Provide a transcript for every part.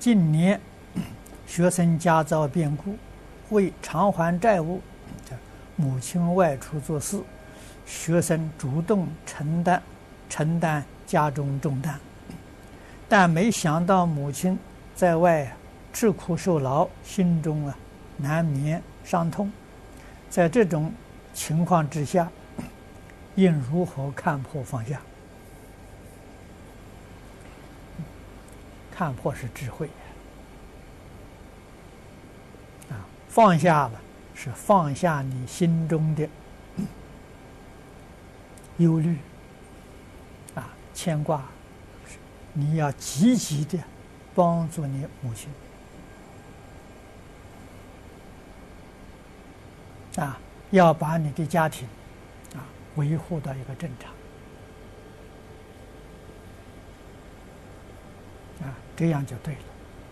近年学生家遭变故，为偿还债务，母亲外出做事，学生主动承担家中重担，但没想到母亲在外吃苦受劳，心中难免伤痛。在这种情况之下，应如何看破放下？看破是智慧放下了是放下你心中的忧虑牵挂，你要积极的帮助你母亲要把你的家庭维护到一个正常这样就对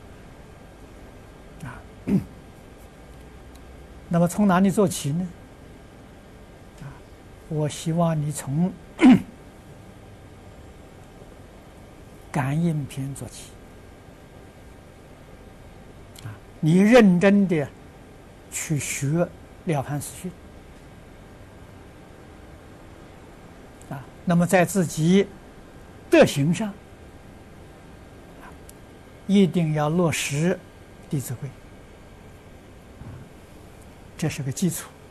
了那么从哪里做起呢？我希望你从感应篇做起你认真的去学《了凡四训》那么在自己德行上一定要落实《弟子规》，这是个基础。